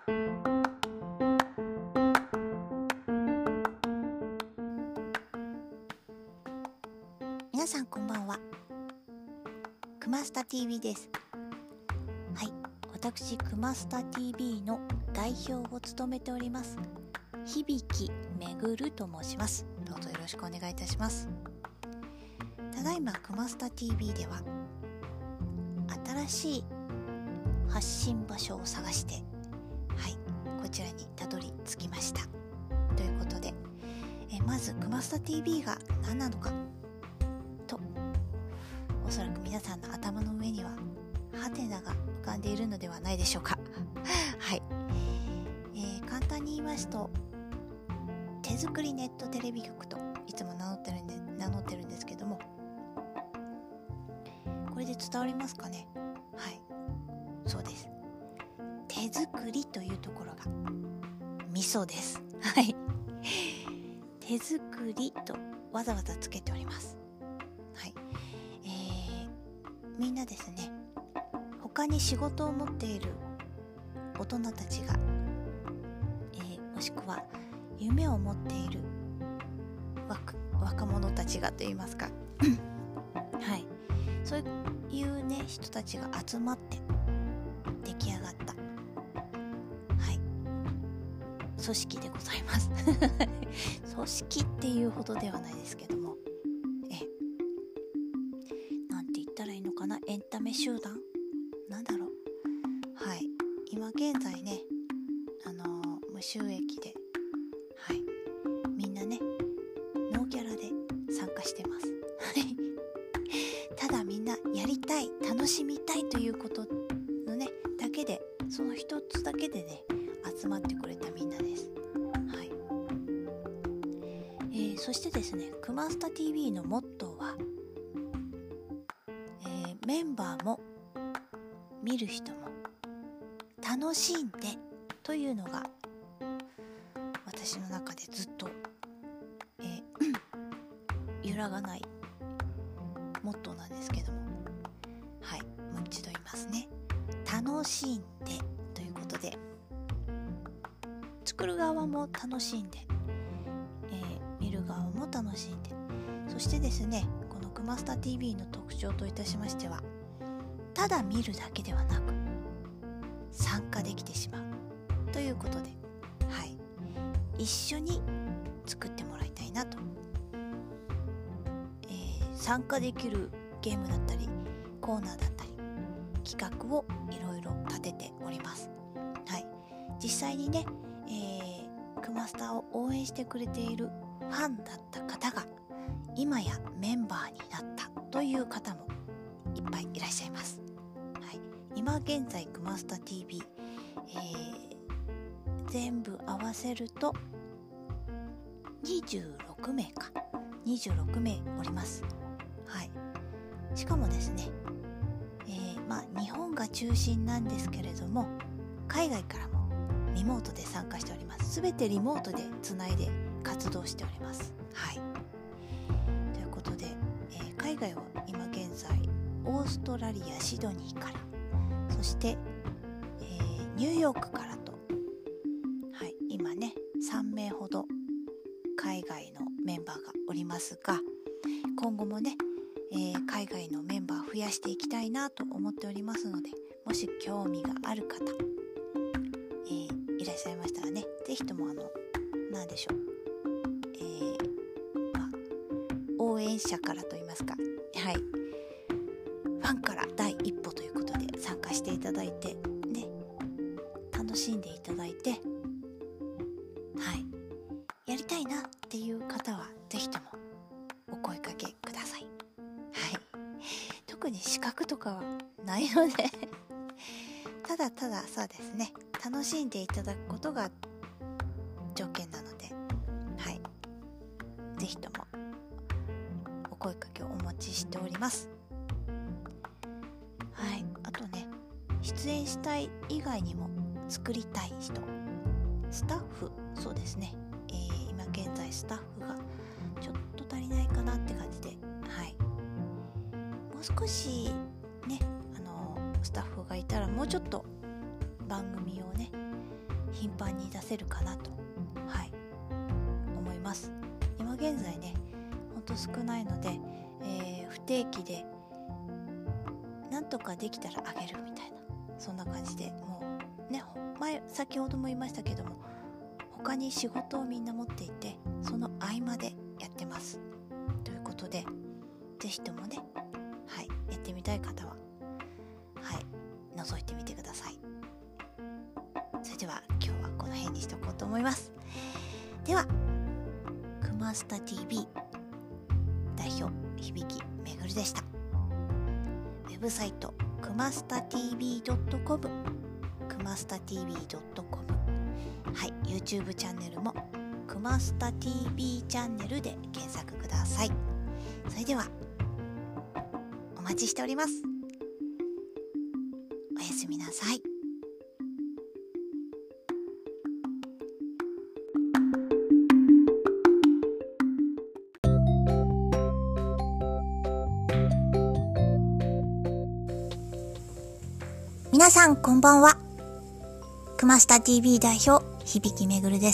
皆さんこんばんは。くまスタ TV です。はい、私くまスタ TV の代表を務めております響めぐると申します。どうぞよろしくお願いいたします。ただいまくまスタ TV では新しい発信場所を探して、はい、こちらにたどり着きました。ということで、まずくまスタ TV が何なのかと、おそらく皆さんの頭の上にはハテナが浮かんでいるのではないでしょうかはい、簡単に言いますと、手作りネットテレビ局といつも名乗ってるんですけども、これで伝わりますかね。はい、そうです。手作りというところがミソです。はい、手作りとわざわざつけております。はい、みんなですね、他に仕事を持っている大人たちが、もしくは夢を持っている若者たちがといいますかはい、そういうね人たちが集まって出来上がった、はい、組織でございます組織っていうほどではないですけども、なんて言ったらいいのかな、エンタメ集団なんだろう。はい、今現在ね、無収益で、はい、みんなねノーギャラで参加してますただみんなやりたい、楽しみたいということのねだけで、その一つだけでね集まってくれたみんなです。はい、そしてですね、くまスタ TV のモットーは、メンバーも見る人も楽しんでというのが私の中でずっと、揺らがないモットーなんですけども、はい、もう一度言いますね。楽しんでということで、作る側も楽しんで、見る側も楽しんで、そしてですね、このくまスタ TV の特徴といたしましては、ただ見るだけではなく参加できてしまうということで、はい、一緒に作ってもらいたいなと。参加できるゲームだったりコーナーだったり企画をいろいろ立てております。はい、実際にね、くまスタを応援してくれているファンだった方が今やメンバーになったという方もいっぱいいらっしゃいます。はい、今現在くまスタ TV、全部合わせると26名か26名おります。はい、しかもですね、日本が中心なんですけれども、海外からもリモートで参加しております。すべてリモートでつないで活動しております。はい、ということで、海外は今現在オーストラリアシドニーから、そして、ニューヨークからと、はい、今ね3名ほど海外のメンバーがおりますが、今後もね、海外のメンバー増やしていきたいなと思っておりますので、もし興味がある方、いらっしゃいましたらね、ぜひとも何でしょう、応援者からといいますか、はい、ファンから第一歩ということで参加していただいてね、楽しんでいただいて、はい、やりたいなっていう方はぜひともお声かけください。はい、特に資格とかはないのでただただそうですね、楽しんでいただくことが条件なので、はい、ぜひともお声かけをお待ちしております。はい、あとね、出演したい以外にも作りたい人、スタッフ、そうですね、今現在スタッフがちょっと足りないかなって感じで、はい、もう少しね、スタッフがいたらもうちょっと番組をね、 頻繁に出せるかなと、思います。今現在ねほんと少ないので、不定期でなんとかできたらあげるみたいな、そんな感じで、もうね先ほども言いましたけども、他に仕事をみんな持っていて、その合間でやってますということで、ぜひともね、やってみたい方は覗いてみてください。それでは今日はこの辺にしておこうと思います。ではくまスタ TV 代表響めぐるでした。ウェブサイトくまスタ TV.com、 くまスタ TV.com、 YouTube チャンネルもくまスタ TV チャンネルで検索ください。それではお待ちしております。おやすみなさい。皆さんこんばんは。くまスタ TV 代表響めぐるです。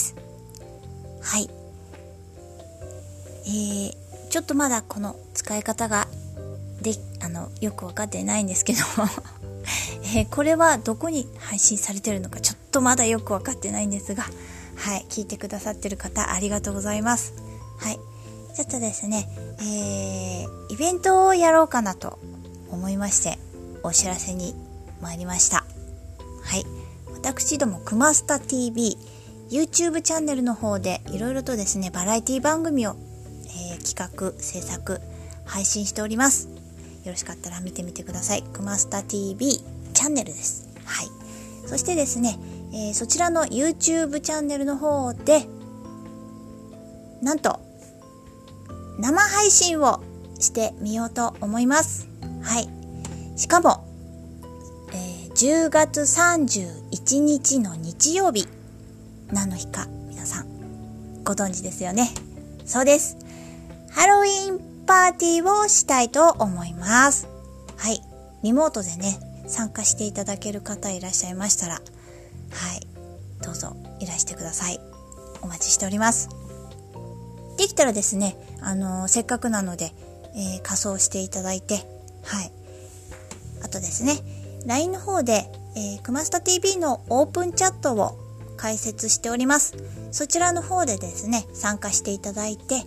ちょっとまだこの使い方がよく分かってないんですけどもこれはどこに配信されてるのかちょっとまだよく分かってないんですが、聞いてくださってる方ありがとうございます。ちょっとですね、イベントをやろうかなと思いましてお知らせに参りました。私どもくまスタ TV YouTube チャンネルの方でいろいろとですねバラエティ番組を、企画制作配信しております。よろしかったら見てみてください。くまスタ TV チャンネルです。そしてですね、そちらの YouTube チャンネルの方でなんと生配信をしてみようと思います。しかも、10月31日の日曜日、何の日か皆さんご存知ですよね。そうです、ハロウィンパーティーをしたいと思います。リモートでね参加していただける方いらっしゃいましたら、どうぞいらしてください。お待ちしております。できたらですね、せっかくなので、仮装していただいて、あとですね LINE の方で、くまスタ TV のオープンチャットを開設しております。そちらの方でですね参加していただいて、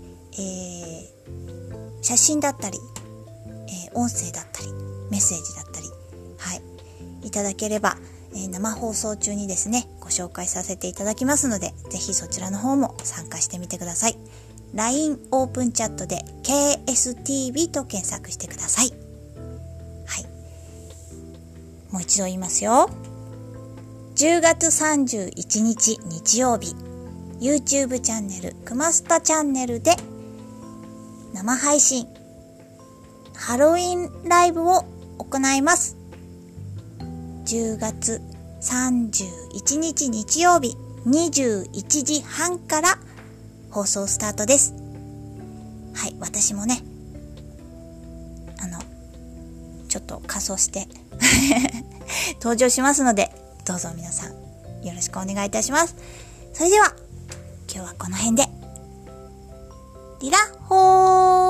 写真だったり、音声だったりメッセージだったり、いただければ、生放送中にですねご紹介させていただきますので、ぜひそちらの方も参加してみてください。 LINE オープンチャットで KSTV と検索してください。もう一度言いますよ。10月31日日曜日 YouTube チャンネルくまスタチャンネルで生配信ハロウィンライブを行います。10月31日日曜日21時半から放送スタートです。私もねちょっと仮装して登場しますので、どうぞ皆さんよろしくお願いいたします。それでは今日はこの辺で、リラッホー。